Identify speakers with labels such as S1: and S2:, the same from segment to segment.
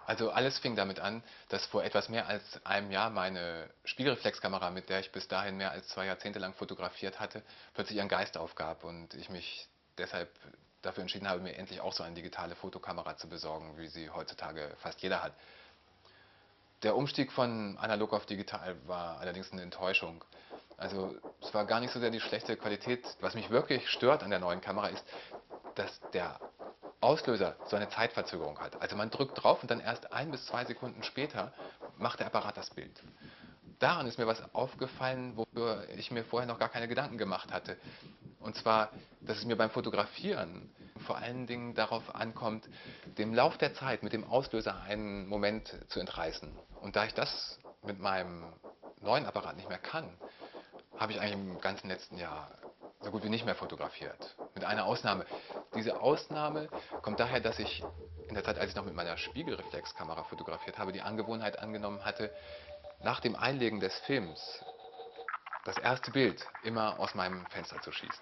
S1: Also alles fing damit an, dass vor etwas mehr als einem Jahr meine Spiegelreflexkamera, mit der ich bis dahin mehr als 2 Jahrzehnte lang fotografiert hatte, plötzlich ihren Geist aufgab und ich mich deshalb dafür entschieden habe, mir endlich auch so eine digitale Fotokamera zu besorgen, wie sie heutzutage fast jeder hat. Der Umstieg von analog auf digital war allerdings eine Enttäuschung. Also es war gar nicht so sehr die schlechte Qualität. Was mich wirklich stört an der neuen Kamera ist, dass der Auslöser so eine Zeitverzögerung hat. Also man drückt drauf und dann erst 1 bis 2 Sekunden später macht der Apparat das Bild. Daran ist mir was aufgefallen, wofür ich mir vorher noch gar keine Gedanken gemacht hatte. Und zwar, dass es mir beim Fotografieren vor allen Dingen darauf ankommt, dem Lauf der Zeit mit dem Auslöser einen Moment zu entreißen. Und da ich das mit meinem neuen Apparat nicht mehr kann, habe ich eigentlich im ganzen letzten Jahr so gut wie nicht mehr fotografiert. Mit einer Ausnahme. Diese Ausnahme kommt daher, dass ich in der Zeit, als ich noch mit meiner Spiegelreflexkamera fotografiert habe, die Angewohnheit angenommen hatte, nach dem Einlegen des Films das erste Bild immer aus meinem Fenster zu schießen.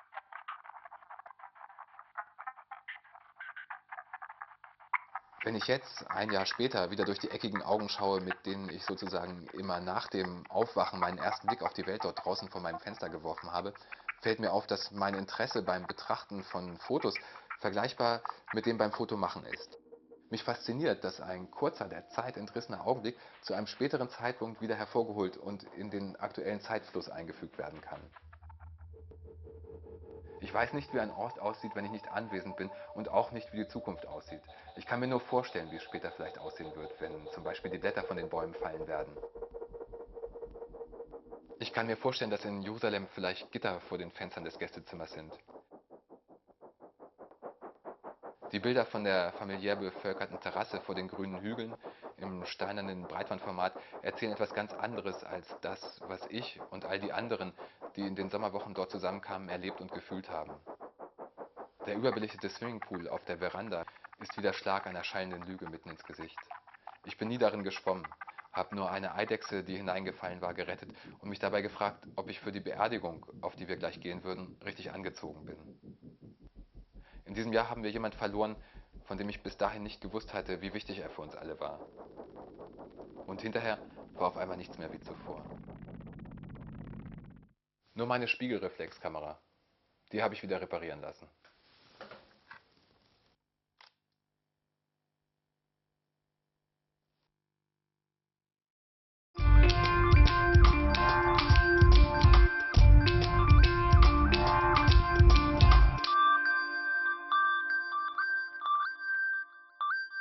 S1: Wenn ich jetzt ein Jahr später wieder durch die eckigen Augen schaue, mit denen ich sozusagen immer nach dem Aufwachen meinen ersten Blick auf die Welt dort draußen vor meinem Fenster geworfen habe, fällt mir auf, dass mein Interesse beim Betrachten von Fotos vergleichbar mit dem beim Fotomachen ist. Mich fasziniert, dass ein kurzer, der Zeit entrissener Augenblick zu einem späteren Zeitpunkt wieder hervorgeholt und in den aktuellen Zeitfluss eingefügt werden kann. Ich weiß nicht, wie ein Ort aussieht, wenn ich nicht anwesend bin und auch nicht, wie die Zukunft aussieht. Ich kann mir nur vorstellen, wie es später vielleicht aussehen wird, wenn zum Beispiel die Blätter von den Bäumen fallen werden. Ich kann mir vorstellen, dass in Jerusalem vielleicht Gitter vor den Fenstern des Gästezimmers sind. Die Bilder von der familiär bevölkerten Terrasse vor den grünen Hügeln im steinernen Breitbandformat erzählen etwas ganz anderes als das, was ich und all die anderen, die in den Sommerwochen dort zusammenkamen, erlebt und gefühlt haben. Der überbelichtete Swimmingpool auf der Veranda ist wie der Schlag einer schallenden Lüge mitten ins Gesicht. Ich bin nie darin geschwommen, habe nur eine Eidechse, die hineingefallen war, gerettet und mich dabei gefragt, ob ich für die Beerdigung, auf die wir gleich gehen würden, richtig angezogen bin. In diesem Jahr haben wir jemanden verloren, von dem ich bis dahin nicht gewusst hatte, wie wichtig er für uns alle war. Und hinterher war auf einmal nichts mehr wie zuvor. Nur meine Spiegelreflexkamera, die habe ich wieder reparieren lassen.